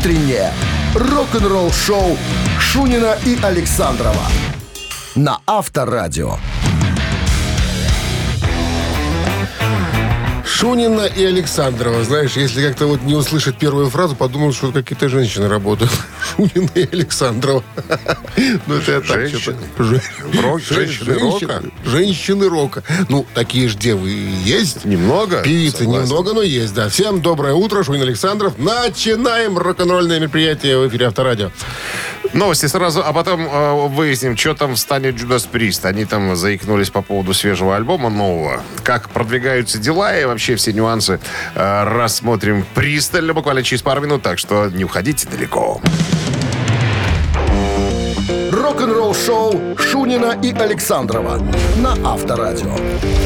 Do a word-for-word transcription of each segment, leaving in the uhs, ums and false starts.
Утреннее рок-н-ролл-шоу Шунина и Александрова на Авторадио. Шунина и Александрова. Знаешь, если как-то вот не услышать первую фразу, подумал, что какие-то женщины работают. Шунина и Александрова. Ну, это я так что-то... Женщины рока? Женщины рока. Ну, такие же девы есть. Немного? Певицы немного, но есть, да. Всем доброе утро, Шунин Александров. Начинаем рок-н-ролльное мероприятие в эфире Авторадио. Новости сразу, а потом э, выясним, что там станет Judas Priest. Они там заикнулись по поводу свежего альбома нового. Как продвигаются дела и вообще все нюансы э, рассмотрим пристально буквально через пару минут. Так что не уходите далеко. Рок-н-ролл-шоу Шунина и Александрова на Авторадио.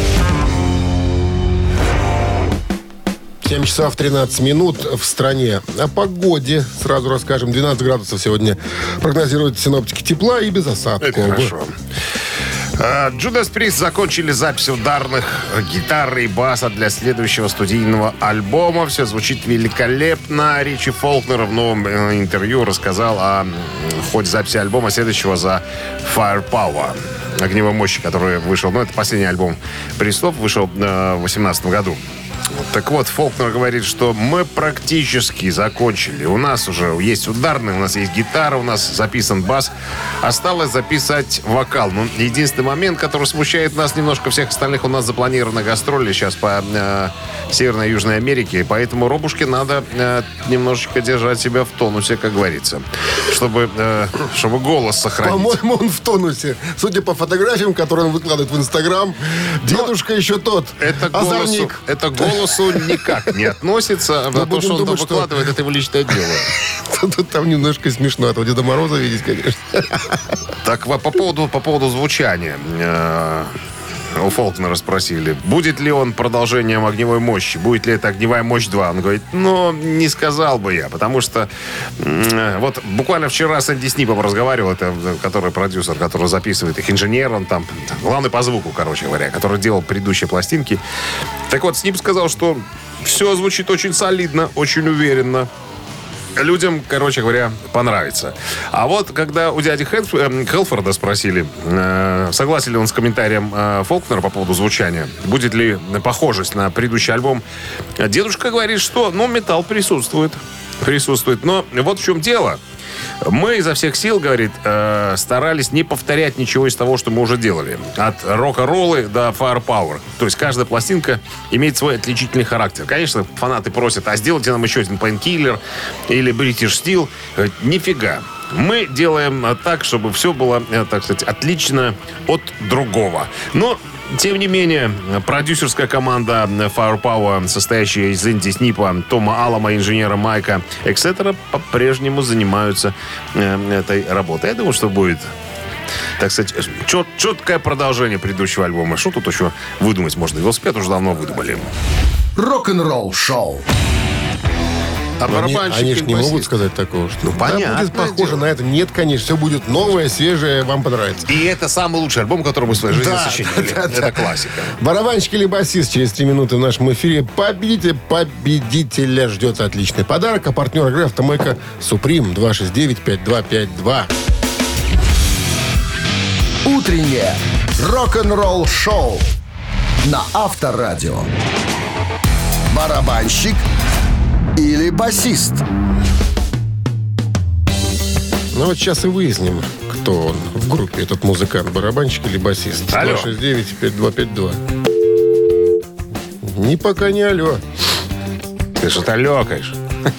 семь часов тринадцать минут в стране. О погоде сразу расскажем. двенадцать градусов сегодня прогнозируют синоптики, тепла и без осадков. Это хорошо. Judas Priest закончили запись ударных гитар и баса для следующего студийного альбома. Все звучит великолепно. Ричи Фолкнер в новом интервью рассказал о ходе записи альбома следующего за Firepower. Огневой мощи, который вышел. Ну, это последний альбом Пристов, вышел в две тысячи восемнадцатом году. Так вот, Фолкнер говорит, что мы практически закончили. У нас уже есть ударный, у нас есть гитара, у нас записан бас. Осталось записать вокал. Но единственный момент, который смущает нас немножко всех остальных, у нас запланированы гастроли сейчас по э, Северной и Южной Америке. Поэтому Робушке надо э, немножечко держать себя в тонусе, как говорится. Чтобы, э, чтобы голос сохранить. По-моему, он в тонусе. Судя по фотографиям, которые он выкладывает в Инстаграм, дедушка Но еще тот. Это голосу, это голосу никак не относится. А то, что он там выкладывает, это его личное дело. Тут там немножко смешно. Этого Деда Мороза видеть, конечно. Так, по поводу, по поводу звучания. У Фолкнера спросили, будет ли он продолжением огневой мощи, будет ли это огневая мощь два. Он говорит, ну, не сказал бы я, потому что вот буквально вчера с Энди Снипом разговаривал, это который продюсер, который записывает их, инженер, он там, главный по звуку, короче говоря, который делал предыдущие пластинки. Так вот, Снип сказал, что все звучит очень солидно, очень уверенно. Людям, короче говоря, понравится. А вот, когда у дяди Хелф, э, Хелфорда спросили, э, согласен ли он с комментарием э, Фолкнера по поводу звучания, будет ли похожесть на предыдущий альбом, дедушка говорит, что, ну, металл присутствует. Присутствует. Но вот в чем дело. Мы изо всех сил, говорит, э, старались не повторять ничего из того, что мы уже делали. От рока-роллы до Firepower. То есть каждая пластинка имеет свой отличительный характер. Конечно, фанаты просят, а сделайте нам еще один Painkiller или British Steel. Говорит, нифига. Мы делаем так, чтобы все было, так сказать, отлично от другого. Но, тем не менее, продюсерская команда Firepower, состоящая из Энди Снипа, Тома Аллама, инженера Майка Эксетера, по-прежнему занимаются э, этой работой. Я думаю, что будет, так сказать, чет, четкое продолжение предыдущего альбома. Что тут еще выдумать можно? Велосипед уже давно выдумали. Рок-н-ролл шоу. А они они же не могут сказать такого, что ну, понятно, да, будет похоже дело. На это. Нет, конечно, все будет новое, свежее, вам понравится. И это самый лучший альбом, который мы в своей жизни да, сочинили. Да, это да. классика. Барабанщик или басист через три минуты в нашем эфире. Победитель, победителя ждет отличный подарок. А партнер игры «Автомойка Суприм» два шесть девять пять два пять два. Утреннее рок-н-ролл шоу на Авторадио. Барабанщик или басист? Ну вот сейчас и выясним, кто он в группе, этот музыкант, барабанщик или басист. Алло. два шесть девять пять два пять два. Ни пока не алло. Ты что-то лёкаешь.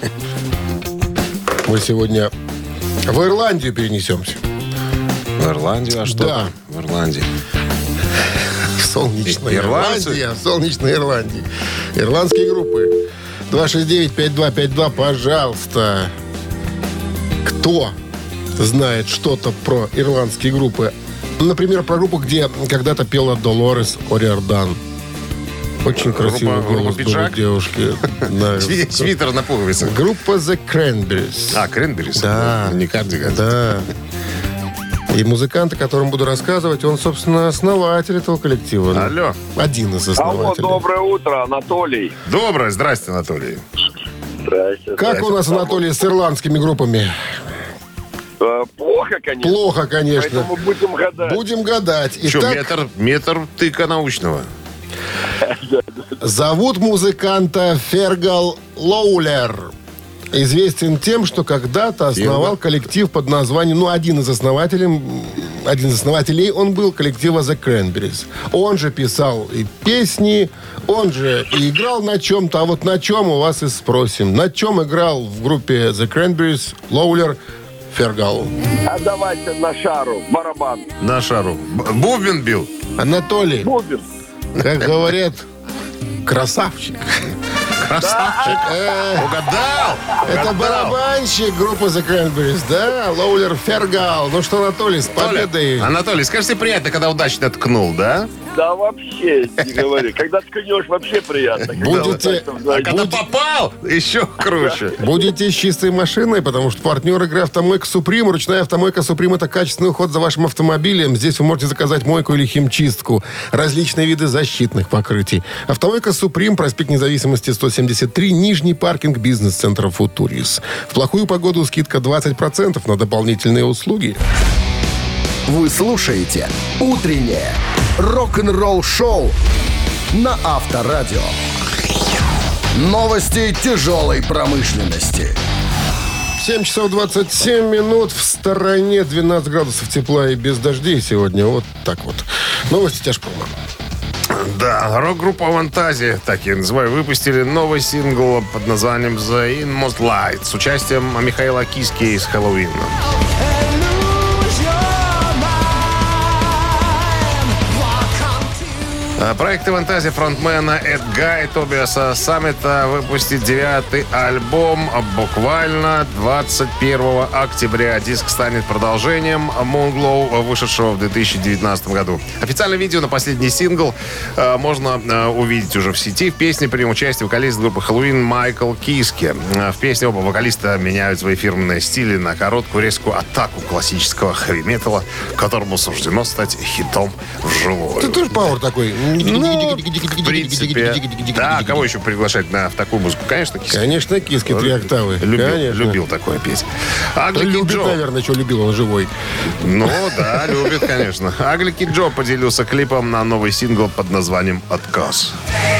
Мы сегодня в Ирландию перенесемся. В Ирландию? А что? Да. В Ирландии. Солнечная Ирландцы? Ирландия. Солнечная Ирландия. Ирландские группы. два шесть девять пять два пять два, пожалуйста. Кто знает что-то про ирландские группы? Например, про группу, где когда-то пела Долорес О'Риордан. Очень красивый группа, голос группа был у девушки. Да. Свитер на пуговицах. Группа The Cranberries. А, Cranberries? Да. Не Кардиган. Да. И музыкант, о котором буду рассказывать, он, собственно, основатель этого коллектива. Алло. Один из основателей. Алло, доброе утро, Анатолий. Доброе, здрасте, Анатолий. Здрасте. Как здрасте. у нас, Анатолий, с ирландскими группами? Э, Плохо, конечно. Плохо, конечно. Поэтому будем гадать. Будем гадать. Что, Итак, метр, метр тыка научного? зовут музыканта Фергал Лоулер. Известен тем, что когда-то основал коллектив под названием, ну, один из основателей, один из основателей он был коллектива The Cranberries. Он же писал и песни, он же и играл на чем-то, а вот на чем у вас и спросим. На чем играл в группе The Cranberries Лоулер Фергал? А давайте на шару, барабан. На шару. Б- Бубен бил. Анатолий, Бубен. как говорят, красавчик. Красавчик. Э, Угадал. Это Угадал. барабанщик группы The Cranberries, да? Лоулер Фергал. Ну что, Анатолий, с Толя, победой. Анатолий, скажите, приятно, когда удачно ткнул, да? Да вообще, не говори. Когда ткнешь, вообще приятно. Когда Будете- вот так там, А знаете, когда попал, еще круче. Будете с чистой машиной, потому что партнер игры «Автомойка Суприм». Ручная «Автомойка Суприм» — это качественный уход за вашим автомобилем. Здесь вы можете заказать мойку или химчистку. Различные виды защитных покрытий. «Автомойка Суприм», проспект Независимости, сто семьдесят три, Нижний паркинг бизнес-центра «Футурис». В плохую погоду скидка двадцать процентов на дополнительные услуги. Вы слушаете «Утреннее рок-н-ролл-шоу» на Авторадио. Новости тяжелой промышленности. семь часов двадцать семь минут. В стороне двенадцать градусов тепла и без дождей сегодня. Вот так вот. Новости тяжпрома. Да, рок-группа «Фантазия», так я называю, выпустили новый сингл под названием «The Inmost Light» с участием Михаила Киски из «Хэллоуина». Проект «Фантазия» фронтмена Эд Гая Тобиаса Саммита выпустит девятый альбом буквально двадцать первого октября. Диск станет продолжением Moonglow, вышедшего в две тысячи девятнадцатом году. Официальное видео на последний сингл э, можно э, увидеть уже в сети. В песне принял участие вокалист группы «Хэллоуин» Майкл Киски. Э, в песне оба вокалиста меняют свои фирменные стили на короткую резкую атаку классического хэви-металла, которому суждено стать хитом вживую. Ты тоже пауэр такой. Ну, в принципе, да, кого еще приглашать на, в такую музыку? Конечно, Киски. Конечно, Киски, три октавы. Любил, Конечно. любил такое петь. Агли Кид Любит, Джо. наверное, что любил, он живой. Ну, да, любит, конечно. Агли Кид Джо поделился клипом на новый сингл под названием «Отказ».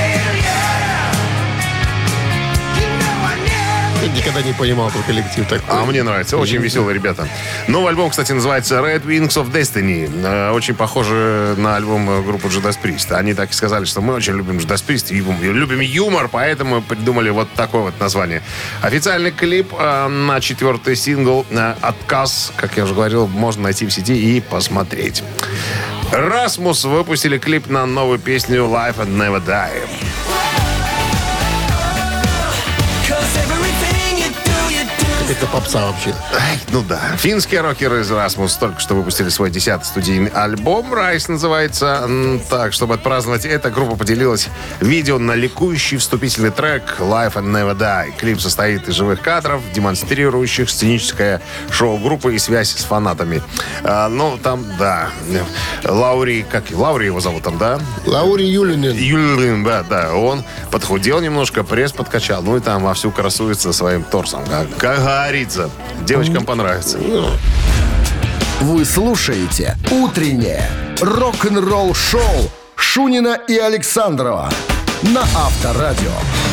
Я никогда не понимал этот коллектив такой. А мне нравится. Очень веселые ребята. Новый альбом, кстати, называется Red Wings of Destiny. Э, Очень похоже на альбом группы Judas Priest. Они так и сказали, что мы очень любим Judas Priest и любим юмор, поэтому придумали вот такое вот название. Официальный клип э, на четвертый сингл э, «Отказ», как я уже говорил, можно найти в сети и посмотреть. Расмус выпустили клип на новую песню «Life and Never Die». Это попса вообще. Ай, ну да. Финские рокеры из Расмус только что выпустили свой десятый студийный альбом. «Райс» называется. М, Так, чтобы отпраздновать это, группа поделилась видео на ликующий вступительный трек «Life and Never Die». Клип состоит из живых кадров, демонстрирующих сценическое шоу группы и связь с фанатами. А, ну, там, да. Лаури, как Лаури его зовут там, да? Лаури Юлинин. Юлин, да, да. Он подхудел немножко, пресс подкачал. Ну и там вовсю красуется своим торсом. Как, как говорится. Девочкам понравится. Вы слушаете «Утреннее рок-н-ролл-шоу» Шунина и Александрова на Авторадио.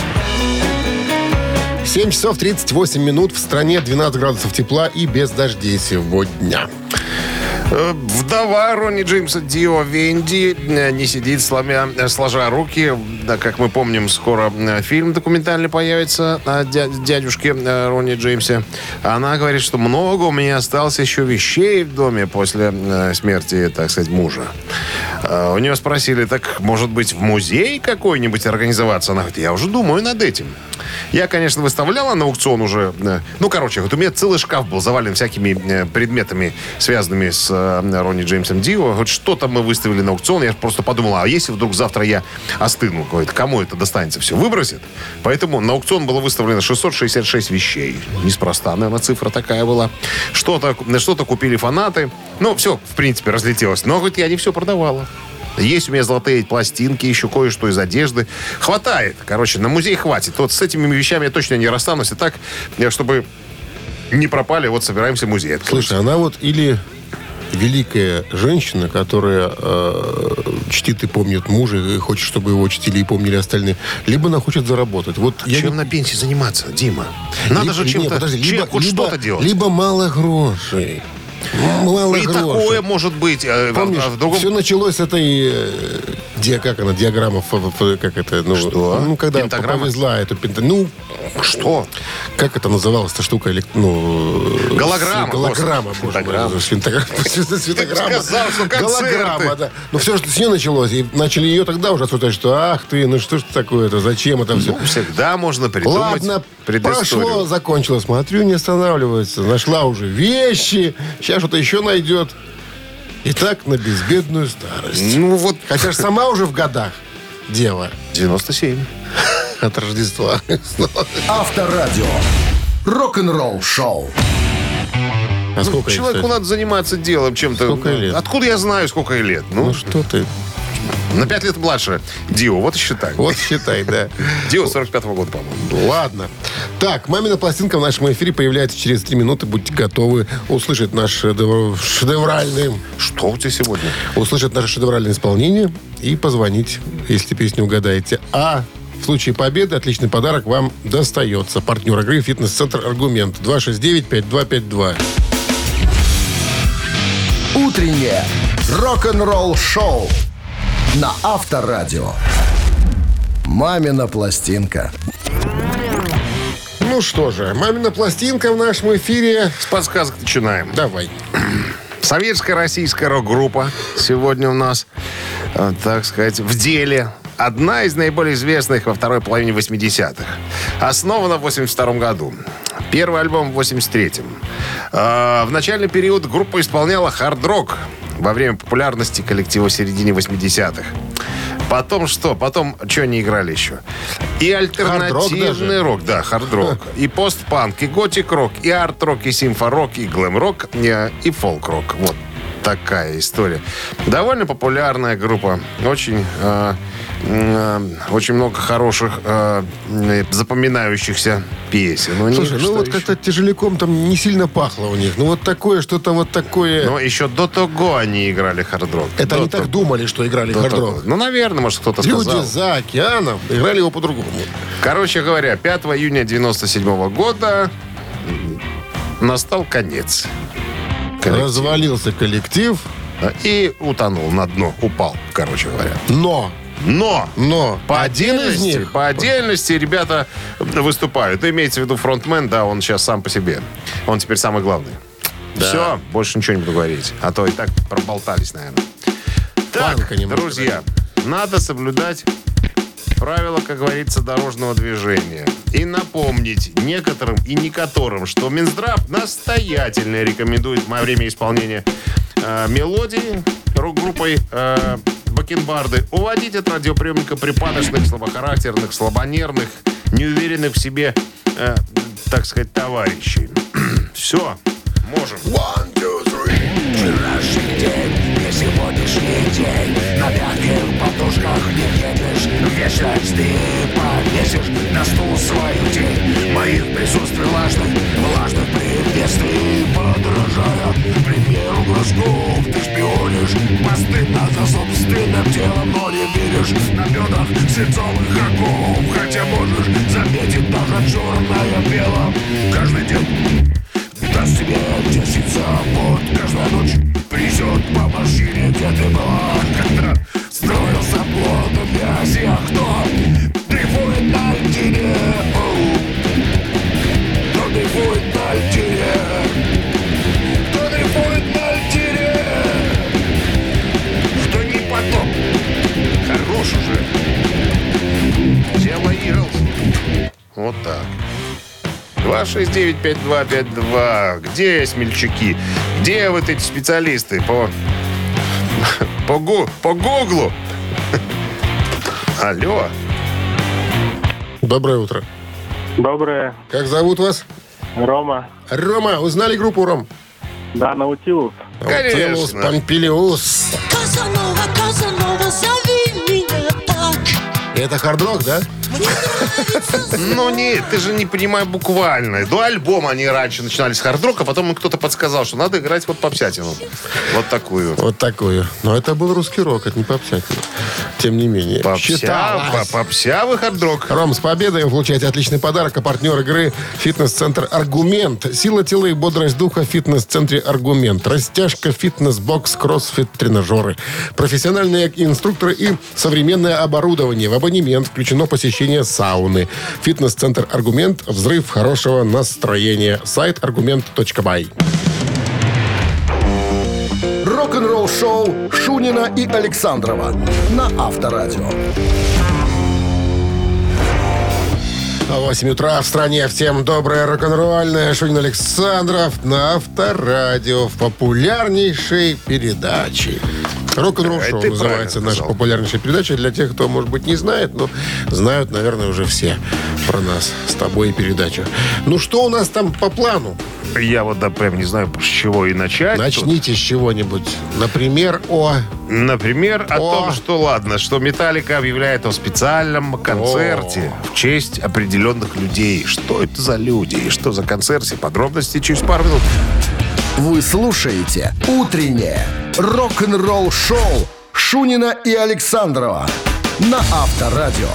семь часов тридцать восемь минут. В стране двенадцать градусов тепла и без дождей сегодня. Э, Вдова Ронни Джеймса Дио Венди э, не сидит, сломя, э, сложа руки. Да, как мы помним, скоро э, фильм документальный появится о дя- дядюшке э, Ронни Джеймсе. Она говорит, что много у меня осталось еще вещей в доме после э, смерти, так сказать, мужа. Э, у нее спросили, так, может быть, в музей какой-нибудь организоваться? Она говорит, я уже думаю над этим. Я, конечно, выставляла на аукцион уже. э, Ну, короче, вот у меня целый шкаф был завален всякими э, предметами, связанными с э, Ронни Джеймсом Дио. Вот что-то мы выставили на аукцион. Я просто подумала, а если вдруг завтра я остыну? Говорит, кому это достанется? Все выбросит. Поэтому на аукцион было выставлено шестьсот шестьдесят шесть вещей. Неспроста, наверное, цифра такая была. Что-то, что-то купили фанаты. Ну, все, в принципе, разлетелось. Но, говорит, я не все продавала. Есть у меня золотые пластинки, еще кое-что из одежды. Хватает. Короче, на музей хватит. Вот с этими вещами я точно не расстанусь. И так, чтобы не пропали, вот собираемся в музей открыть. Слушай, она вот или великая женщина, которая э, чтит и помнит мужа, и хочет, чтобы его чтили и помнили остальные, либо она хочет заработать. Вот я Чем не... на пенсии заниматься, Дима? Надо Либо- же не, чем-то, подожди, чем- либо, хоть либо- что-то делать. Либо мало грошей. Мало И грошей. такое может быть. э, Помнишь, а в другом... все началось с этой, э, ди- как она, диаграмма, ф- ф- как это, ну, Что? ну, когда Пентаграмма? повезла эту пента, ну, Что? как это называлась эта штука, элек- ну, Голограмма, с- голограмма, господи. боже мой, Пентаграмма. свинтограмма, свинтограмма. Ты сказал, что концерты. Голограмма, да. Ну, все, что с нее началось, и начали ее тогда уже осуждать, что, ах ты, ну, что ж такое-то, зачем это все? Ну, всегда можно придумать Ладно, предысторию. прошло, закончилось. Смотрю, не останавливается. Нашла уже вещи. Сейчас что-то еще найдет. И так на безбедную старость. Ну вот, Хотя же сама уже в годах дева девяносто семь. от Рождества. Авторадио. Рок-н-ролл шоу. А сколько ей, Человеку кстати? надо заниматься делом, чем-то. Сколько ей лет? Откуда я знаю, сколько ей лет? Ну, Ну что ты? на пять лет младше Дио, вот и считай. Вот считай, да. Дио сорок пятого года, по-моему. Ладно. Так, «Мамина пластинка» в нашем эфире появляется через три минуты. Будьте готовы услышать наш шедевр- шедевральный... Что у тебя сегодня? услышать наше шедевральное исполнение и позвонить, если песню угадаете. А в случае победы отличный подарок вам достается. Партнер игры «Фитнес-центр Аргумент». два шесть девять пять два пять два. Утреннее рок-н-ролл шоу на Авторадио. «Мамина пластинка». Ну что же, «Мамина пластинка» в нашем эфире. С подсказок начинаем. Давай. Советская российская рок-группа сегодня у нас, э, так сказать, в деле. Одна из наиболее известных во второй половине восьмидесятых. Основана в восемьдесят втором году. Первый альбом в восемьдесят третьем. Э, в начальный период группа исполняла хард-рок во время популярности коллектива в середине восьмидесятых. Потом что? Потом что они играли еще? И альтернативный рок, да, хард-рок. И постпанк, и готик-рок, и арт-рок, и симфорок, и глэм-рок, и, и фолк-рок. Вот такая история. Довольно популярная группа. Очень, э, э, очень много хороших э, запоминающихся песен. У них Слушай, ну что вот еще? как-то тяжеляком там не сильно пахло у них. Ну вот такое, что-то вот такое... Но еще до того они играли хард-рок. Это До они так того. думали, что играли До того. хард-рок. Ну, наверное, может, кто-то Люди сказал. за океаном играли его по-другому. Короче говоря, пятого июня девяносто седьмого года настал конец. Коллектив. Развалился коллектив, И утонул на дно, упал, короче говоря. но, Но но по один из отдельности, них... по отдельности ребята выступают. Имеется в виду фронтмен, да, он сейчас сам по себе. Он теперь самый главный. Да. Все, больше ничего не буду говорить. А то и так проболтались, наверное. Так, Панка немного, друзья, надо соблюдать правила, как говорится, дорожного движения. И напомнить некоторым и некоторым, что Минздрав настоятельно рекомендует во время исполнения э, мелодии рок-группой э, Бакенбарды уводить от радиоприемника припадочных, слабохарактерных, слабонервных, неуверенных в себе, э, так сказать, товарищей. Все, можем. One, two, three. Вчерашний день, не сегодняшний день. На мягких подушках не едешь. Вечность ты повесишь на стул свою тень. Моих присутствий влажных, влажных приветствий. Подражая примеру глазков, ты шпионишь. Постыдно за собственным телом, но не веришь на бедах свинцовых оков. Хотя можешь заметить даже черное бело. Каждый день даст тебе десять забот. Каждая ночь придет по машине, где ты была. Когда строился плод в грязи, а кто дрейфует на льдине? Оу. Кто дрейфует на льдине? Кто дрейфует на льдине? Кто не потоп? Хорош уже. Дело Иглс. Вот так. два шесть девять пять два пять два. Где смельчаки? Где вот эти специалисты по... По, гу... по гуглу? Алло. Доброе утро. Доброе. Как зовут вас? Рома. Рома, узнали группу, Ром? Да, Наутилус. Конечно. Наутилус, Помпилиус. Казанова, Казанова, нравится, зови меня так. Это хард-рок, да? Мне нравится. Ну, нет, ты же не понимаешь буквально. До альбома они раньше начинали с хард-рока, а потом им кто-то подсказал, что надо играть вот попсятину. Вот такую. Вот такую. Но это был русский рок, это не попсятина. Тем не менее. Попся, Считалось. попсявый хард-рок. Ром, с победой вы получаете отличный подарок. А партнер игры «Фитнес-центр Аргумент». Сила тела и бодрость духа в фитнес-центре Аргумент. Растяжка, фитнес-бокс, кроссфит, тренажеры. Профессиональные инструкторы и современное оборудование. В абонемент включено посещение сауны. Фитнес-центр «Аргумент». Взрыв хорошего настроения. Сайт аргумент точка бай. Рок-н-ролл-шоу Шунина и Александрова на Авторадио. восемь утра в стране. Всем доброе рок-н-ролльное. Шунин Александров на Авторадио в популярнейшей передаче. Рок-н-ролл-шоу ты называется правильно наша сказал. популярнейшая передача. Для тех, кто, может быть, не знает, но знают, наверное, уже все про нас с тобой и передачу. Ну, что у нас там по плану? Я вот да прям не знаю, с чего и начать. Начните с чего-нибудь. Например, о... Например, о, О. том, что ладно, что Металлика объявляет о специальном концерте в честь определенных людей. Что это за люди и что за концерт? Все подробности через пару минут. Вы слушаете «Утреннее рок-н-ролл-шоу» Шунина и Александрова на Авторадио.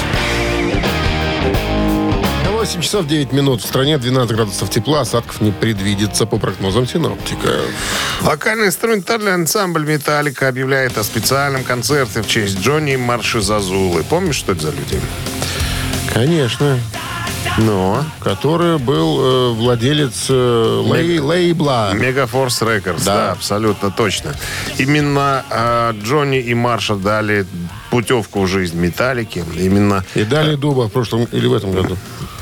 восемь часов девять минут. В стране двенадцать градусов тепла. Осадков не предвидится по прогнозам синоптика. Вокальный инструментальный ансамбль «Металлика» объявляет о специальном концерте в честь Джонни Маршезазулы. Помнишь, что это за люди? Конечно. Ну? Который был э, владелец э, лей- лейбла. Мегафорс Рекордс, да. Да. да, абсолютно точно. Именно э, Джонни и Марша дали путевку в жизнь Металлики. Именно, И дали дуба в прошлом или в этом году.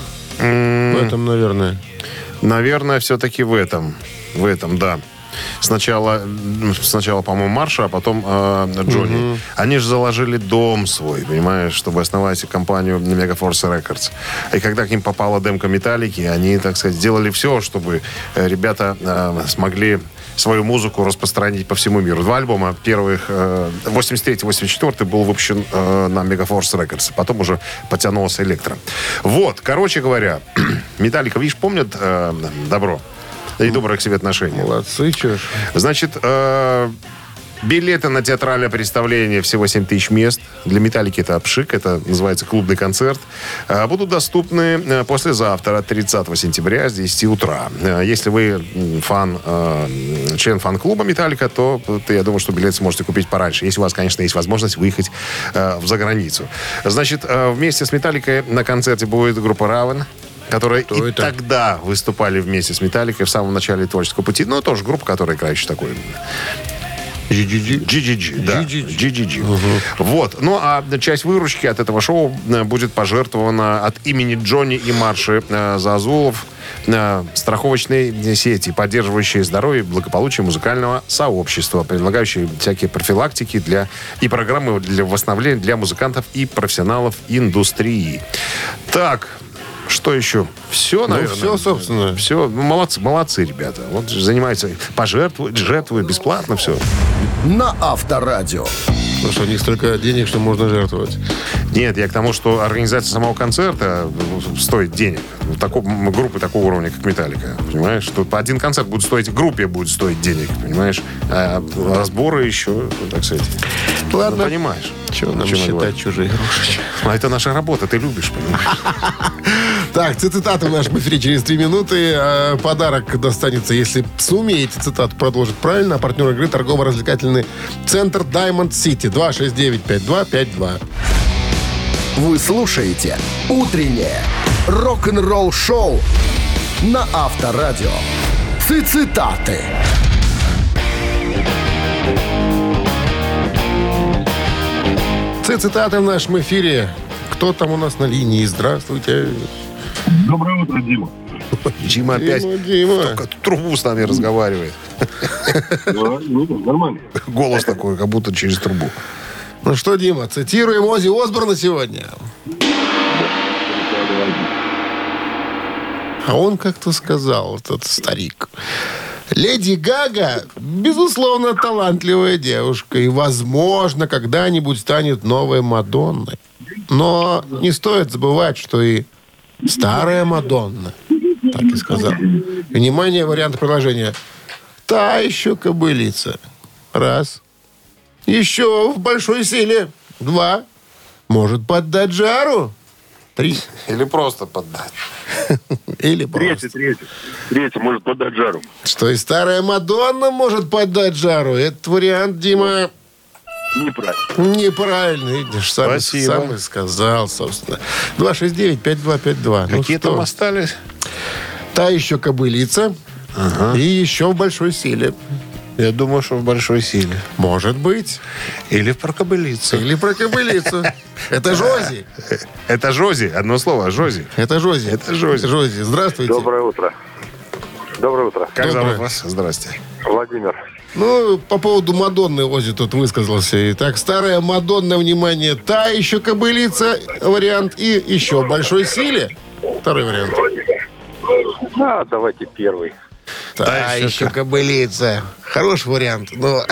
В этом, наверное. наверное, все-таки в этом. В этом, да. Сначала, сначала по-моему, Марша, а потом э, Джонни. Они же заложили дом свой, понимаешь, чтобы основать компанию Megaforce Records. И когда к ним попала демка Металлики, они, так сказать, сделали все, чтобы э, ребята э, смогли свою музыку распространить по всему миру. Два альбома первых, э, восемьдесят третий восемьдесят четвёртый был выпущен э, на Megaforce Records. Потом уже потянулся электро. Вот, короче говоря, Металлика, видишь, помнят э, добро и доброе к себе отношение. Молодцы, чё ж. Значит, э, билеты на театральное представление, всего семь тысяч мест. Для «Металлики» это пшик, это называется клубный концерт. Э, будут доступны э, послезавтра, тридцатого сентября, с десяти утра. Э, если вы м, фан, э, член фан-клуба «Металлика», то, то я думаю, что билеты сможете купить пораньше. Если у вас, конечно, есть возможность выехать э, в заграницу. Значит, э, вместе с «Металликой» на концерте будет группа «Равен», которые Кто и это? тогда выступали вместе с «Металликой» в самом начале творческого пути. Ну, тоже группа, которая играет еще такой... джи джи джи. джи джи джи, да. джи джи джи. джи джи джи. Вот. Ну, а часть выручки от этого шоу э, будет пожертвована от имени Джонни и Марши э, Зазулов э, страховочной сети, поддерживающей здоровье и благополучие музыкального сообщества, предлагающей всякие профилактики для, и программы для восстановления для музыкантов и профессионалов индустрии. Так, что еще? Все, наверное. все, собственно. Все. Ну, молодцы, молодцы, ребята. Вот занимаются, пожертвуют, жертвуют бесплатно все. На Авторадио. Потому что у них столько денег, что можно жертвовать. Нет, я к тому, что организация самого концерта стоит денег. Такого, группы такого уровня, как «Металлика». Понимаешь? Что один концерт будет стоить, группе будет стоить денег, понимаешь? А разборы еще, так сказать. Ладно. Ну, понимаешь. Чего нам О чем я считать говорю? чужие игрушечки? А это наша работа, ты любишь, понимаешь? Так, цитаты в нашем эфире через три минуты. Э, Подарок достанется, если сумеете цитату продолжить правильно. А партнер игры — торгово-развлекательный центр Diamond City. два шесть девять пять два пять два. Вы слушаете «Утреннее рок-н-ролл-шоу» на Авторадио. Цитаты. Цитаты в нашем эфире. Кто там у нас на линии? Здравствуйте. Доброе утро, Дима. Дима опять Дима, Дима. только трубу с нами разговаривает. Ну, нормально. Голос такой, как будто через трубу. Ну что, Дима, цитируем Оззи Осборна сегодня. А он как-то сказал, этот старик. Леди Гага, безусловно, талантливая девушка. И, возможно, когда-нибудь станет новой Мадонной. Но не стоит забывать, что и старая Мадонна, так и сказал. Внимание, вариант продолжения. Та еще кобылица. Раз. Еще в большой силе. Два. Может поддать жару. Три. Или просто поддать. Или просто. Третий, третий. Третий может подать жару. Что и старая Мадонна может поддать жару. Этот вариант, Дима, Неправильно. неправильный. Видишь, сам, Спасибо. сам и сказал, собственно. два шесть девять пять два пять два. Какие там остались? Та еще кобылица. И еще в большой силе. Я думаю, что в большой силе. Может быть. Или про кобылицу. Или про кобылицу. Это Жози. Это Жози. Одно слово. Жози. Это Жози. Это Жози. Жози. Здравствуйте. Доброе утро. Доброе утро. Как Доброе. зовут вас? Здрасте. Владимир. Ну, по поводу Мадонны Ози тут высказался. Итак, старая Мадонна, внимание, та еще кобылица, вариант, и еще в большой силе. Второй вариант. А, давайте первый. Та, Та еще еще кобылица. Хороший вариант, но...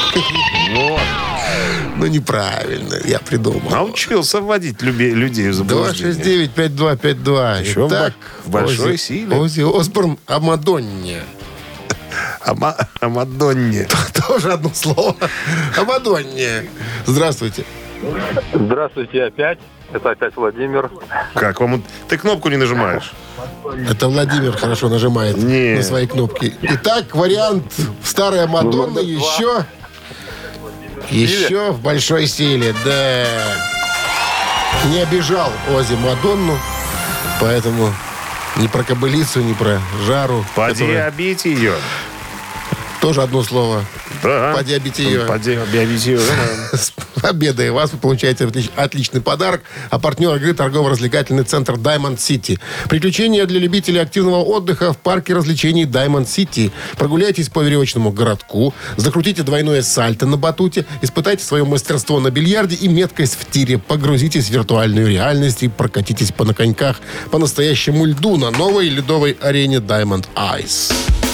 Ну, неправильно, я придумал. Научился вводить люби- людей в два шесть заблуждение. девять пять два пять два. Еще в Итак, бо- в большой Оззи- силе. Оззи Осборн о Мадонне. О, Ма- о Мадонне. Тоже одно слово. О Мадонне. Здравствуйте. Здравствуйте опять. Это опять Владимир. Как вам? Ты кнопку не нажимаешь? Это Владимир хорошо нажимает Не. на свои кнопки. Итак, вариант старая Мадонна еще... Еще в большой силе, да. Не обижал Оззи Мадонну, поэтому ни про кобылицу, ни про жару. Поди которая- обить ее. Тоже одно слово. Да. Поди обить ее. Поди обить ее. С победой вас вы получаете отлич- отличный подарок. А партнер игры торгово-развлекательный центр Diamond City. Приключения для любителей активного отдыха в парке развлечений Diamond City. Прогуляйтесь по веревочному городку, закрутите двойное сальто на батуте, испытайте свое мастерство на бильярде и меткость в тире. Погрузитесь в виртуальную реальность и прокатитесь по на коньках по настоящему льду на новой ледовой арене Diamond Ice.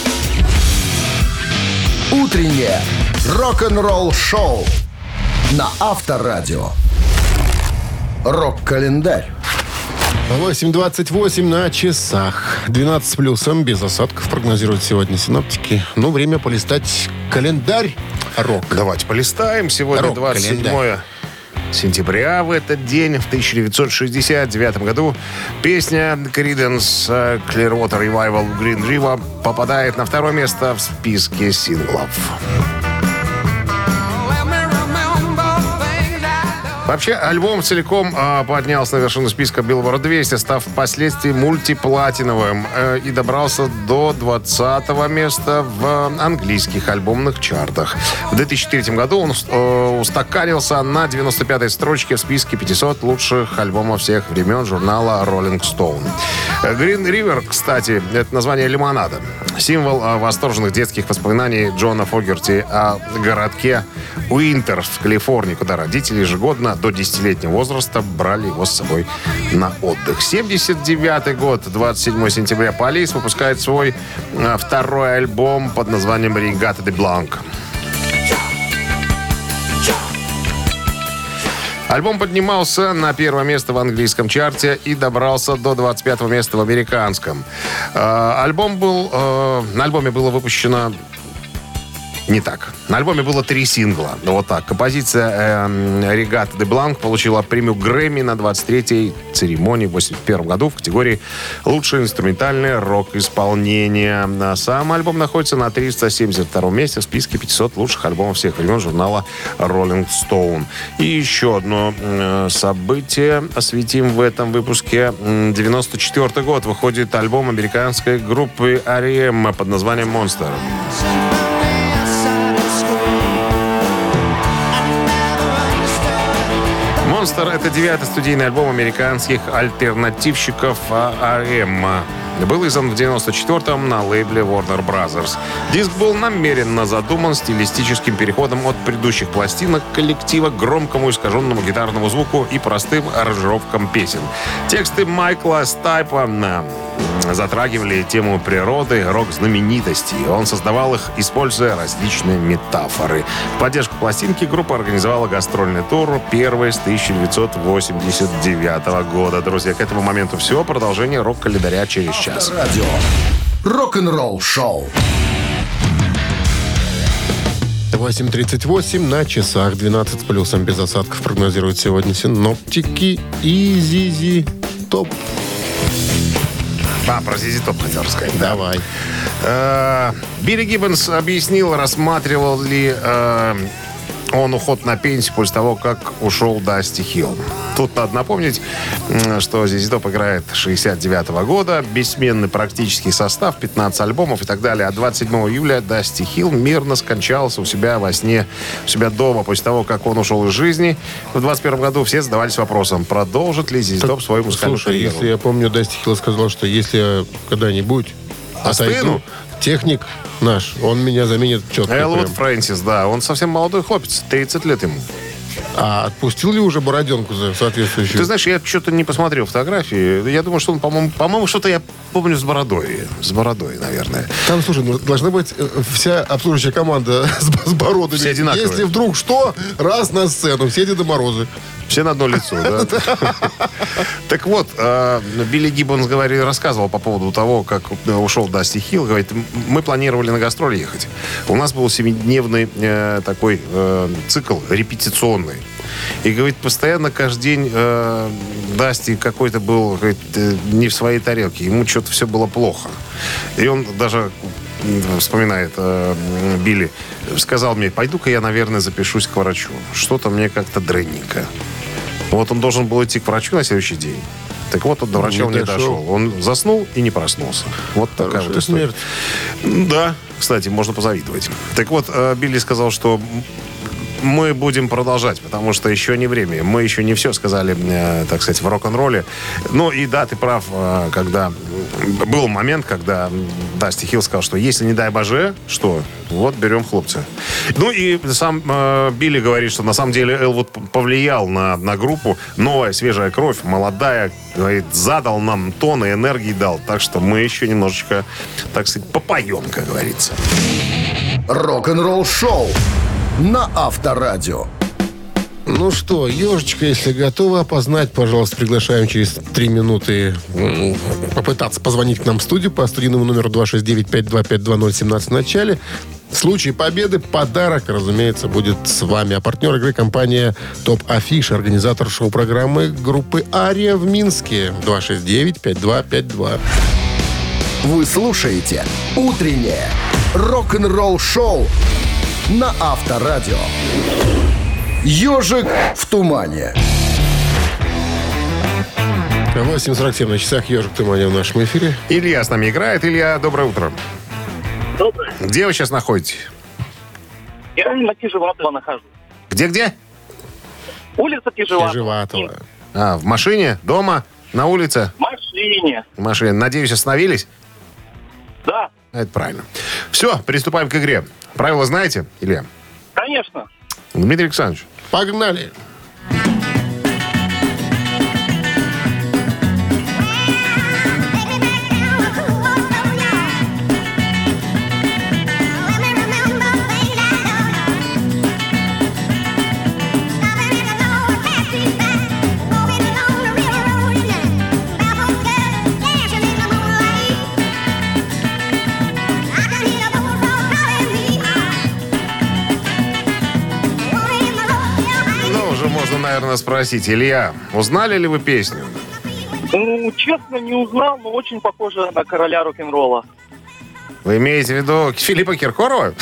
Утреннее рок-н-ролл-шоу на Авторадио. Рок-календарь. восемь двадцать восемь на часах. двенадцать с плюсом, без осадков прогнозируют сегодня синоптики. Ну, время полистать календарь рок. Давайте полистаем. Сегодня Рок, двадцать седьмое сентября. В этот день, в тысяча девятьсот шестьдесят девятом году, песня Creedence Clearwater Revival Green River попадает на второе место в списке синглов. Вообще, альбом целиком э, поднялся на вершину списка Billboard двести, став впоследствии мультиплатиновым э, и добрался до двадцатого места в английских альбомных чартах. В две тысячи третьем году он э, устаканился на девяносто пятой строчке в списке пятисот лучших альбомов всех времен журнала Rolling Stone. Green River, кстати, это название лимонада. Символ э, восторженных детских воспоминаний Джона Фогерти о городке Уинтер в Калифорнии, куда родители ежегодно до десятилетнего возраста брали его с собой на отдых. семьдесят девятый год, двадцать седьмое сентября, Police выпускает свой э, второй альбом под названием «Regatta de Blanc». Альбом поднимался на первое место в английском чарте и добрался до двадцать пятого места в американском. Э, альбом был, э, на альбоме было выпущено... Не так. На альбоме было три сингла. Вот так. Композиция э, «Regatta de Blanc» получила премию Грэмми на двадцать третьей церемонии в восемьдесят первом году в категории «Лучшее инструментальное рок-исполнение». Сам альбом находится на триста семьдесят втором месте в списке пятисот лучших альбомов всех времен журнала Rolling Stone. И еще одно э, событие осветим в этом выпуске. девяносто четвёртый год выходит альбом американской группы ар и эм под названием «Monster». «Монстр» — это девятый студийный альбом американских альтернативщиков ар и эм. Был издан в девяносто четвёртом на лейбле Warner Brothers. Диск был намеренно задуман стилистическим переходом от предыдущих пластинок коллектива к громкому искаженному гитарному звуку и простым аранжировкам песен. Тексты Майкла Стайпа затрагивали тему природы, рок-знаменитостей. Он создавал их, используя различные метафоры. В поддержку пластинки группа организовала гастрольный тур, первый с тысяча девятьсот восемьдесят девятого года. Друзья, к этому моменту все. Продолжение рок-календаря через час. Радио. Рок-н-ролл шоу. восемь тридцать восемь на часах, двенадцать с плюсом, без осадков прогнозируют сегодня синоптики и Зизи Топ. А, про Зизи Топ хотел рассказать. Давай. Э, Билли Гиббонс объяснил, рассматривал ли э, он уход на пенсию после того, как ушел Дасти Хилл. Тут надо напомнить, что Зизи Топ играет шестьдесят девятого года, бессменный практический состав, пятнадцать альбомов и так далее. А двадцать седьмого июля Дасти Хилл мирно скончался у себя во сне, у себя дома после того, как он ушел из жизни. В двадцать первом году все задавались вопросом, продолжит ли Зизи Топ свою музыкальную Слушай, карьеру. если я помню, Дасти Хилл сказал, что если я когда-нибудь Остыну? отойду, техник наш, он меня заменит четко. Элвуд прям. Фрэнсис, да, он совсем молодой хлопец, тридцать лет ему. А отпустил ли уже бороденку за соответствующую? Ты знаешь, я что-то не посмотрел фотографии. Я думаю, что он, по-моему, по-моему, что-то я помню с бородой. С бородой, наверное. Там, слушай, ну, должна быть э, вся обслуживающая команда с, с бородами. Все одинаковые. Если вдруг что, раз на сцену, все Деды Морозы. Все на одно лицо, да? Так вот, Билли Гиббонс говорил, рассказывал по поводу того, как ушел Дасти Хилл. Говорит, мы планировали на гастроли ехать. У нас был семидневный э, такой э, цикл репетиционный. И, говорит, постоянно каждый день э, Дасти какой-то был, говорит, э, не в своей тарелке. Ему что-то все было плохо. И он даже, вспоминает э, Билли, сказал мне, пойду-ка я, наверное, запишусь к врачу. Что-то мне как-то дрянненько. Вот он должен был идти к врачу на следующий день. Так вот, он до врача Не он не дошел. дошел. Он заснул и не проснулся. Вот такая Хорошая вот история. смерть. Да, кстати, можно позавидовать. Так вот, э, Билли сказал, что мы будем продолжать, потому что еще не время. Мы еще не все сказали, э, так сказать, в рок-н-ролле. Ну и да, ты прав, э, когда был момент, когда Дасти Хилл сказал, что если не дай боже, что, вот берем хлопца. Ну и сам э, Билли говорит, что на самом деле Элвуд повлиял на, на группу. Новая, свежая кровь, молодая, говорит, задал нам тон и энергии дал. Так что мы еще немножечко, так сказать, попоем, как говорится. Рок-н-ролл шоу на Авторадио. Ну что, ежечка, если готова опознать, пожалуйста, приглашаем через три минуты м, попытаться позвонить к нам в студию по студийному номеру два шесть девять пять два пять два ноль один семь в начале. В случае победы подарок, разумеется, будет с вами. А партнер игры — компания Топ Афиш, организатор шоу-программы группы «Ария» в Минске. два шесть девять пять два пять два. Вы слушаете «Утреннее рок-н-ролл шоу» на Авторадио. «Ежик в тумане». восемь сорок семь на часах. «Ежик в тумане» в нашем эфире. Илья с нами играет. Илья, доброе утро. Доброе. Где вы сейчас находитесь? Я на Кижеватова нахожусь. Где-где? Улица Кижеватова. Кижеватова. А, в машине? Дома? На улице? В машине. В машине. Надеюсь, остановились? Да, Это правильно. Все, приступаем к игре. Правила знаете, Илья? конечно. Дмитрий Александрович. Погнали! Ну, уже можно, наверное, спросить. Илья, узнали ли вы песню? Ну, честно, не узнал, но очень похоже на короля рок-н-ролла. Вы имеете в виду Филиппа Киркорова?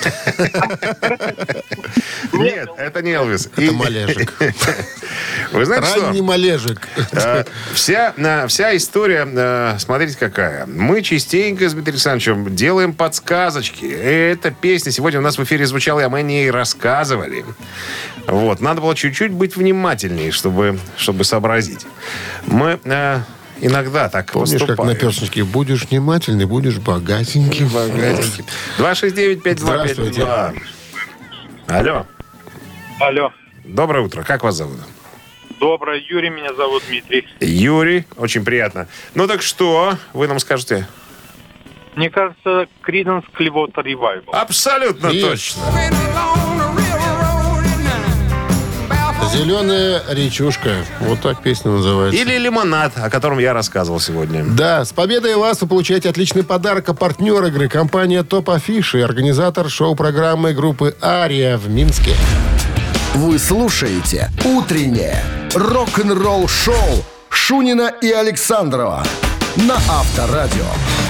Нет, это не Элвис. Это Малежик. Вы знаете что? Ранний Малежик. Э, Вся, э, вся история, э, смотрите, какая. Мы частенько с Дмитрием Александровичем делаем подсказочки. Эта песня сегодня у нас в эфире звучала, и мы о ней рассказывали. Вот. Надо было чуть-чуть быть внимательнее, чтобы, чтобы сообразить. Мы... э, иногда так Помнишь, как поступают. наперстнички? Будешь внимательный, будешь богатенький. Богатенький. два шесть девять пять два пять два. Алло. Алло. Доброе утро. Как вас зовут? Доброе. Юрий меня зовут, Дмитрий. Юрий. Очень приятно. Ну так что вы нам скажете? Мне кажется, Creedence Clearwater Revival. Абсолютно И- точно. «Зеленая речушка». Вот так песня называется. Или «Лимонад», о котором я рассказывал сегодня. Да, с победой вас вы получаете отличный подарок. А партнер игры — компания «Топ Афиши», организатор шоу-программы группы «Ария» в Минске. Вы слушаете «Утреннее рок-н-ролл-шоу» Шунина и Александрова на Авторадио.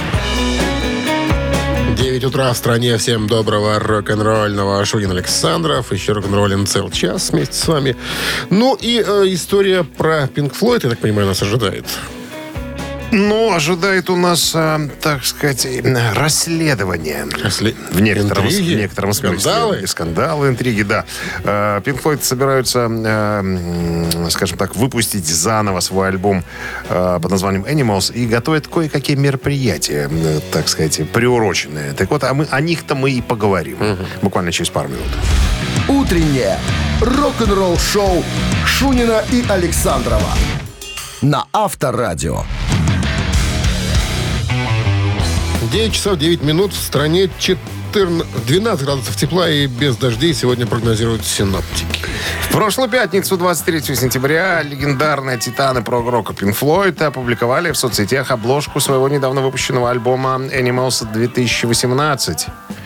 девять утра в стране. Всем доброго рок-н-ролльного. Шунин Александров. Еще рок-н-роллин целый час вместе с вами. Ну и э, история про Пинк Флойд, я так понимаю, нас ожидает. Ну, ожидает у нас, э, так сказать, э, расследование. Расле- В некотором, интриги? в некотором смысле. Скандалы? Скандалы, интриги, да. Пинк Флойд собираются, э, м, скажем так, выпустить заново свой альбом э, под названием Animals и готовят кое-какие мероприятия, э, так сказать, приуроченные. Так вот, а мы, о них-то мы и поговорим. Буквально через пару минут. «Утреннее рок-н-ролл-шоу» Шунина и Александрова на Авторадио. девять часов девять минут. В стране четырнадцать, двенадцать градусов тепла и без дождей сегодня прогнозируют синоптики. В прошлую пятницу, двадцать третьего сентября, легендарные титаны прог-рока Pink Floyd опубликовали в соцсетях обложку своего недавно выпущенного альбома Animals две тысячи восемнадцать.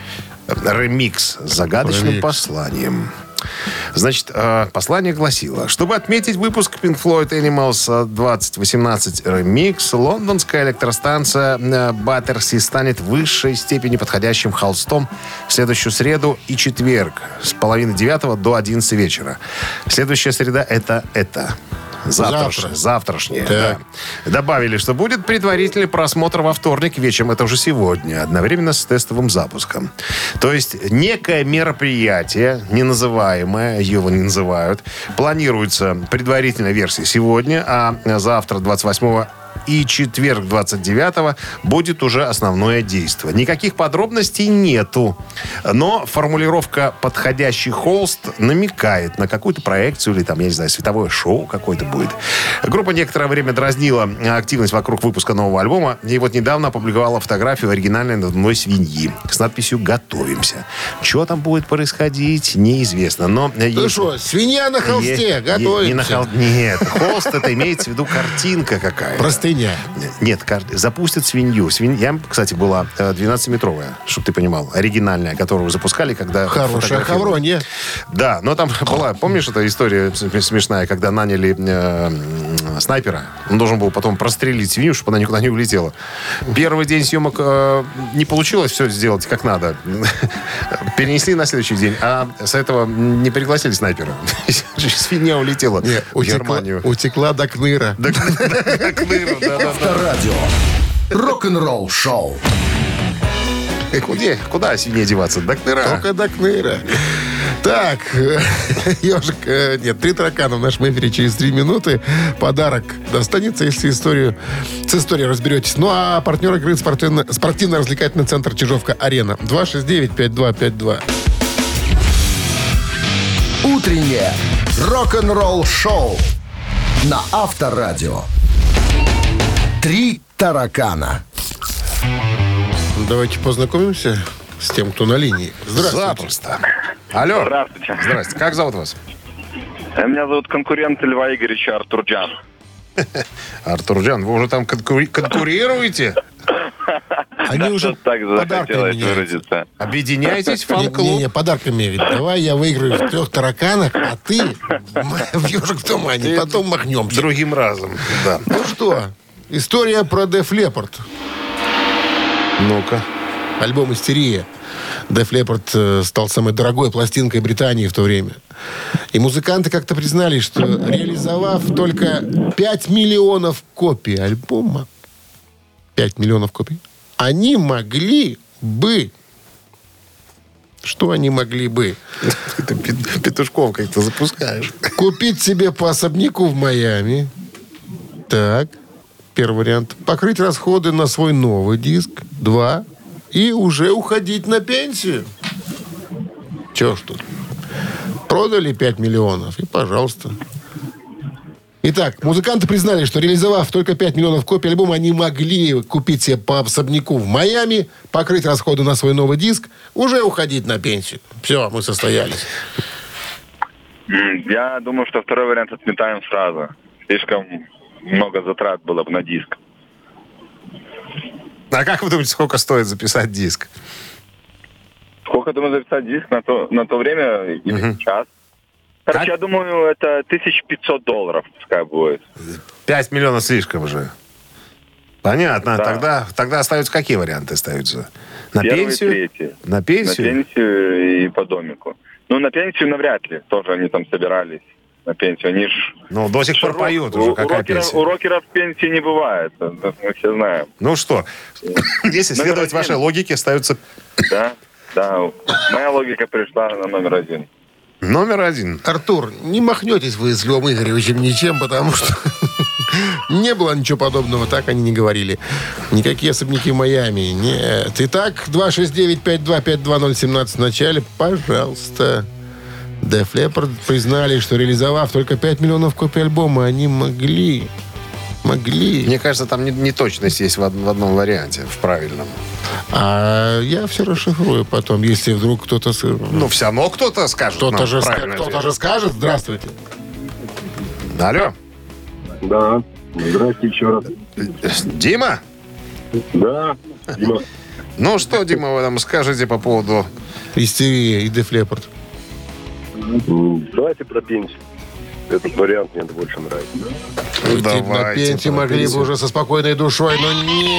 Ремикс с загадочным Ремикс. посланием. Значит, э, послание гласило: чтобы отметить выпуск Pink Floyd Animals двадцать восемнадцать Remix, лондонская электростанция э, Баттерси станет в высшей степени подходящим холстом в следующую среду и четверг с половины девятого до одиннадцати вечера. Следующая среда — это это. Завтраш... Завтра. Завтрашнее, Так. да. Добавили, что будет предварительный просмотр во вторник вечером, это уже сегодня, одновременно с тестовым запуском. То есть некое мероприятие, не называемое, его не называют, планируется предварительная версия сегодня, а завтра, двадцать восьмого и четверг, двадцать девятого, будет уже основное действие. Никаких подробностей нету. Но формулировка «подходящий холст» намекает на какую-то проекцию или там, я не знаю, световое шоу какое-то будет. Группа некоторое время дразнила активность вокруг выпуска нового альбома. И вот недавно опубликовала фотографию оригинальной надувной свиньи с надписью «Готовимся». Что там будет происходить, неизвестно. Но Ну есть- что, свинья на холсте, Е- е- готовимся. не на хол- Нет, холст это имеется в виду картинка какая-то. Простыня. Нет, кар- запустят свинью. Свинья, кстати, была э, двенадцатиметровая, чтобы ты понимал, оригинальная, которую запускали, когда... Хорошая фотографировали. хавронья. Да, но там была, помнишь, эта история см- смешная, когда наняли э, м, снайпера, он должен был потом прострелить свинью, чтобы она никуда не улетела. Первый день съемок э, не получилось все сделать как надо. Перенесли на следующий день, а с этого не пригласили снайпера. Свинья улетела Не, в утекла, Германию. утекла до Кныра. Да, да, Кныру, да, да, да. Авторадио. Рок-н-ролл-шоу. Куда, куда свинье деваться? До Кныра. Только до Кныра. Так, ежик, э, нет, три таракана в нашем эфире через три минуты. Подарок достанется, если историю, с историей разберетесь. Ну, а партнер игры спортивно- спортивно-развлекательный центр «Чижовка-Арена». два шесть девять пять два пять два. Утреннее рок-н-ролл-шоу на Авторадио. Три таракана. Давайте познакомимся с тем, кто на линии. Здравствуйте. Запросто. Алло. Здравствуйте. Здрасте. Как зовут вас? Меня зовут конкурент Льва Игоревича Артур Джан. Артур Джан, вы уже там конкури- конкурируете? Они уже Так подарками захотелось меняются. выразиться. Объединяйтесь в Не, не, фан-клуб. не, подарками ведь. Давай я выиграю в трех тараканах, а ты в ежик в тумане. Потом махнем. Другим разом. Да. Ну что, история про Def Leppard. Ну-ка. Альбом «Истерия». Def Leppard э, стал самой дорогой пластинкой Британии в то время. И музыканты как-то признали, что реализовав только пять миллионов копий альбома, пять миллионов копий, они могли бы... Что они могли бы? Ты пе- петушков как-то запускаешь. Купить себе по особняку в Майами. Так. Первый вариант. Покрыть расходы на свой новый диск. Два. И уже уходить на пенсию. Чего ж тут? Продали пять миллионов. И пожалуйста. Итак, музыканты признали, что реализовав только пять миллионов копий альбома, они могли купить себе по особняку в Майами, покрыть расходы на свой новый диск, уже уходить на пенсию. Все, мы состоялись. Я думаю, что второй вариант отметаем сразу. Слишком много затрат было бы на диск. А как вы думаете, сколько стоит записать диск? Сколько, думаю, записать диск на то, на то время или Мгм. сейчас? Короче, Как? я думаю, это тысяча пятьсот долларов пускай будет. пять миллионов слишком уже. Понятно. Да. Тогда, тогда остаются какие варианты остаются? На Первый, пенсию? третий. На На пенсию? пенсию и по домику. Ну, на пенсию навряд ли. Тоже они там собирались на пенсию. Они ж... Ну, до сих пор Рок- поют у, уже. у Какая рокеров, пенсия? у рокеров пенсии не бывает. Это мы все знаем. Ну что, если Номер следовать один. вашей логике, остаются Да? Да. Моя логика пришла на номер один. номер один. Артур, не махнетесь вы с Львом Игоревичем ничем, потому что не было ничего подобного, так они не говорили. Никакие особняки в Майами, нет. Итак, два шесть девять пять два пять два ноль семнадцать в начале, пожалуйста. Def Leppard признали, что реализовав только пять миллионов копий альбома, они могли, могли. Мне кажется, там не- неточность есть в, од- в одном варианте, в правильном. А я все расшифрую потом, если вдруг кто-то... с- Ну, все равно кто-то скажет. Кто-то нам же, ска- правильный кто-то ответ. же скажет. Здравствуйте. Алло, Да. Здравствуйте еще раз. Дима? Да. Дима. Ну что, Дима, вы нам скажете по поводу... Истерия и Def Leppard. М, Давайте про пенсию. Этот вариант мне больше нравится. Уйти на Давайте пенсию про могли бы пенсию. уже со спокойной душой, но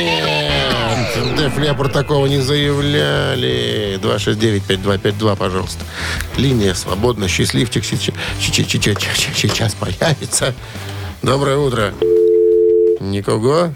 нет. Def Leppard такого не заявляли. два шесть девять пять два пять два, пожалуйста. Линия свободна. Счастливчик сейчас, сейчас появится. Доброе утро. Никого?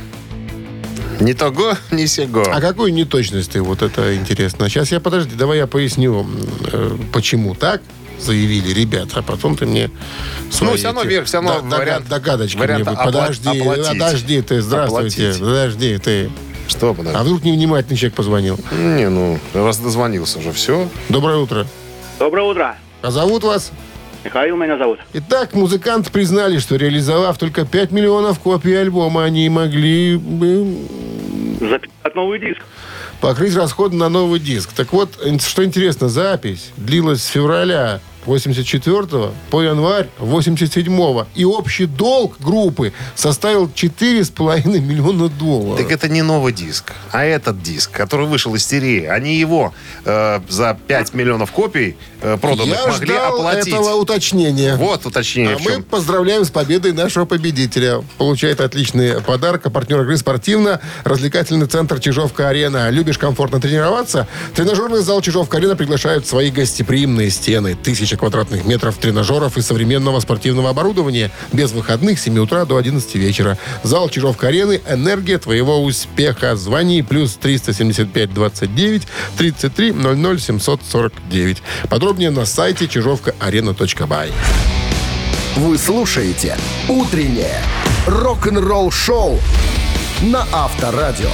Ни того, ни сего. А какую неточность ты? Вот это интересно. Сейчас я, подожди, давай я поясню, э, почему так заявили ребята, а потом ты мне свои Ну, всё равно эти вверх, всё равно дог- вариант- догадочки вариант мне будут. опла- Подожди, оплатить. подожди ты, здравствуйте, Оплатить. подожди ты. Что, подожди? А вдруг невнимательный человек позвонил? Не, ну, раз дозвонился уже, все. Доброе утро. Доброе утро. А зовут вас? Михаил меня зовут. Итак, музыканты признали, что реализовав только пять миллионов копий альбома, они могли бы Записать новый диск. покрыть расходы на новый диск. Так вот, что интересно, запись длилась с февраля восемьдесят четвёртого по январь восемьдесят седьмого. И общий долг группы составил четыре с половиной миллиона долларов. Так это не новый диск, а этот диск, который вышел из серии. Они его э, за пять миллионов копий э, проданных Я могли ждал оплатить. этого уточнения. Вот уточнение А в мы чем. поздравляем с победой нашего победителя. Получает отличный подарок. А партнер игры спортивно-развлекательный центр «Чижовка-арена». Любишь комфортно тренироваться? Тренажерный зал «Чижовка-арена» приглашает в свои гостеприимные стены. Тысяча квадратных метров тренажеров и современного спортивного оборудования. Без выходных с семи утра до одиннадцати вечера. Зал «Чижовка-арены» – энергия твоего успеха. Звони плюс триста семьдесят пять двадцать девять тридцать три ноль ноль семьсот сорок девять. Подробнее на сайте чижовка арена точка бай. Вы слушаете «Утреннее рок-н-ролл-шоу» на Авторадио.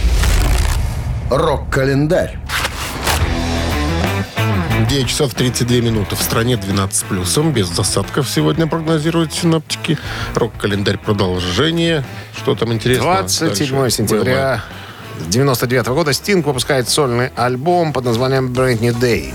Рок-календарь. девять часов тридцать две минуты. В стране двенадцать с плюсом. Без засадков сегодня прогнозируют синоптики. Рок-календарь продолжение. Что там интересного? двадцать седьмого дальше сентября девяносто девятого года Стинг выпускает сольный альбом под названием Brand New Day.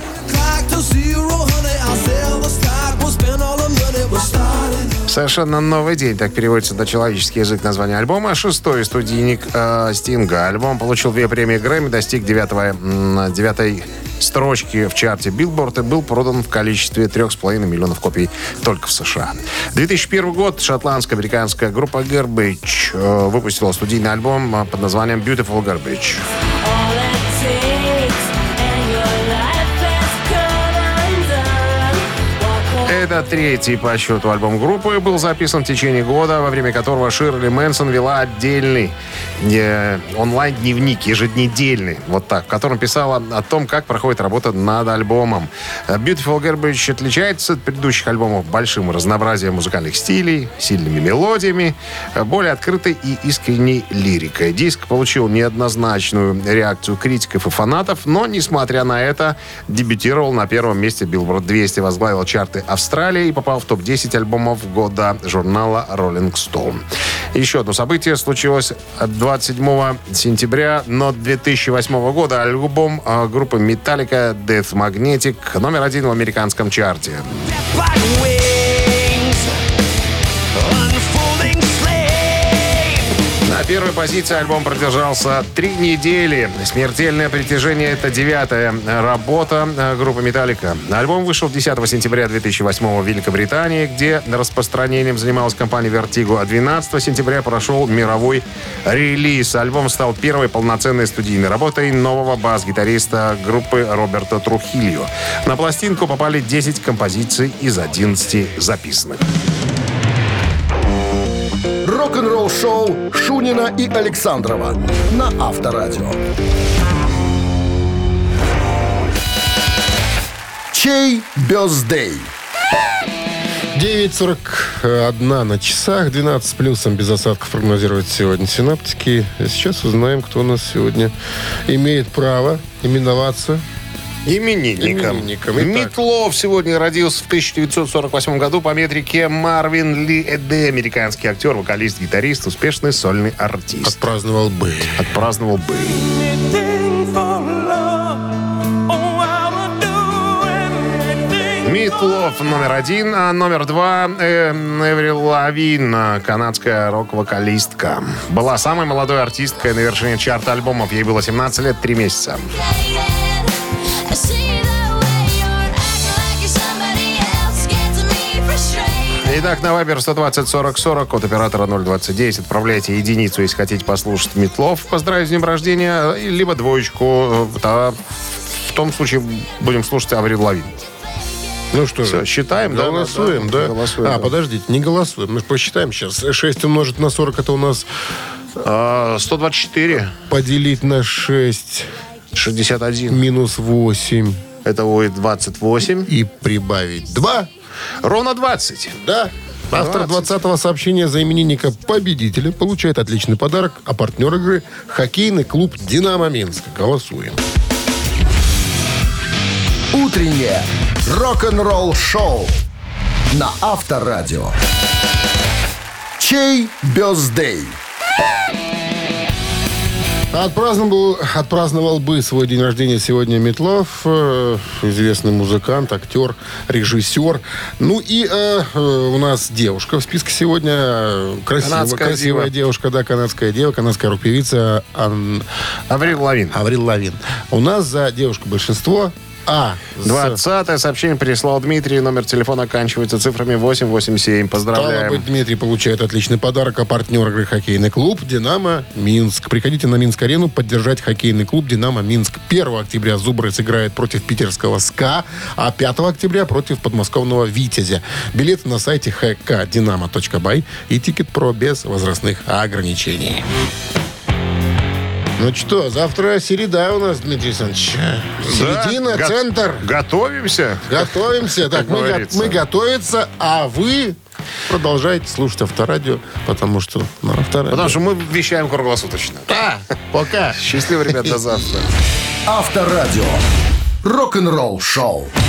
Совершенно новый день, так переводится на человеческий язык название альбома. Шестой студийник э, Стинга. Альбом получил две премии Грэмми, достиг девятого, м, девятой строчки в чарте Billboard и был продан в количестве трех с половиной миллионов копий только в США. две тысячи первый год шотландско-американская группа Garbage э, выпустила студийный альбом э, под названием Beautiful Garbage. Это третий по счету альбом группы. Был записан в течение года, во время которого Ширли Мэнсон вела отдельный э, онлайн-дневник, еженедельный, вот так, в котором писала о том, как проходит работа над альбомом. Beautiful Garbage отличается от предыдущих альбомов большим разнообразием музыкальных стилей, сильными мелодиями, более открытой и искренней лирикой. Диск получил неоднозначную реакцию критиков и фанатов, но, несмотря на это, дебютировал на первом месте Billboard двести, возглавил чарты Австралии и попал в топ десять альбомов года журнала Rolling Stone. Еще одно событие случилось двадцать седьмого сентября, но две тысячи восьмого года. Альбом группы Metallica Death Magnetic номер один в американском чарте. На первой позиции альбом продержался три недели. «Смертельное притяжение» — это девятая работа группы Metallica. Альбом вышел десятого сентября две тысячи восьмого в Великобритании, где распространением занималась компания Vertigo, а двенадцатого сентября прошел мировой релиз. Альбом стал первой полноценной студийной работой нового бас-гитариста группы Роберто Трухильо. На пластинку попали десять композиций из одиннадцати записанных. Рок-н-ролл шоу Шунина и Александрова на Авторадио. Чей бёздей? девять сорок один на часах, двенадцать с плюсом, без осадков прогнозируют сегодня синаптики. Сейчас узнаем, кто у нас сегодня имеет право именоваться Именинником. Именинником. Митлов сегодня родился в тысяча девятьсот сорок восьмом году по метрике Марвин Ли Эде, американский актер, вокалист, гитарист, успешный сольный артист. Отпраздновал бы. Отпраздновал бы. Митлов номер один, а номер два э, Эврил Лавин, канадская рок-вокалистка. Была самой молодой артисткой на вершине чарта альбомов. Ей было семнадцать лет, три месяца. Итак, на Вайбер сто двадцать сорок сорок, код оператора ноль двадцать девять. Отправляйте единицу, если хотите послушать Митлов, поздравить с днем рождения, либо двоечку. Да, в том случае будем слушать Аврил Лавин. Ну что Все, же, считаем, голосуем, да? да? Голосуем, а, да. подождите, не голосуем. Мы же посчитаем сейчас. шесть умножить на сорок, это у нас... А, сто двадцать четыре. Поделить на шесть. шестьдесят один. Минус восемь. Это будет двадцать восемь. И прибавить два. Ровно двадцать. Да. Автор двадцатого сообщения за именинника победителя получает отличный подарок, а партнер игры — хоккейный клуб «Динамо Минск». Голосуем. Утреннее рок-н-ролл шоу на Авторадио. Чей бёздей? Отпраздновал, отпраздновал бы свой день рождения сегодня Митлов, э, известный музыкант, актер, режиссер. Ну и э, э, у нас девушка в списке сегодня. Красивая, красивая девушка, да, канадская дева, канадская рок-певица Ан... Аврил Лавин. Аврил Лавин. У нас за девушку большинство. А, двадцатое сообщение прислал Дмитрий. Номер телефона оканчивается цифрами восемь восемь семь. Поздравляем. Стало быть, Дмитрий получает отличный подарок, а партнер игры — хоккейный клуб «Динамо Минск». Приходите на Минск-арену поддержать хоккейный клуб «Динамо Минск». первого октября «Зубры» сыграет против питерского «СКА», а пятого октября против подмосковного «Витязя». Билеты на сайте эйч кей динамо точка бай и Тикет.Про без возрастных ограничений. Ну что, завтра середа у нас, Дмитрий Александрович. Середина, да, центр. Готовимся. Готовимся. Так, мы, го- мы готовимся, а вы продолжайте слушать Авторадио, потому что на Авторадио. Потому что мы вещаем круглосуточно. Да, пока. Счастливо, ребят, до завтра. Авторадио. Рок-н-ролл шоу.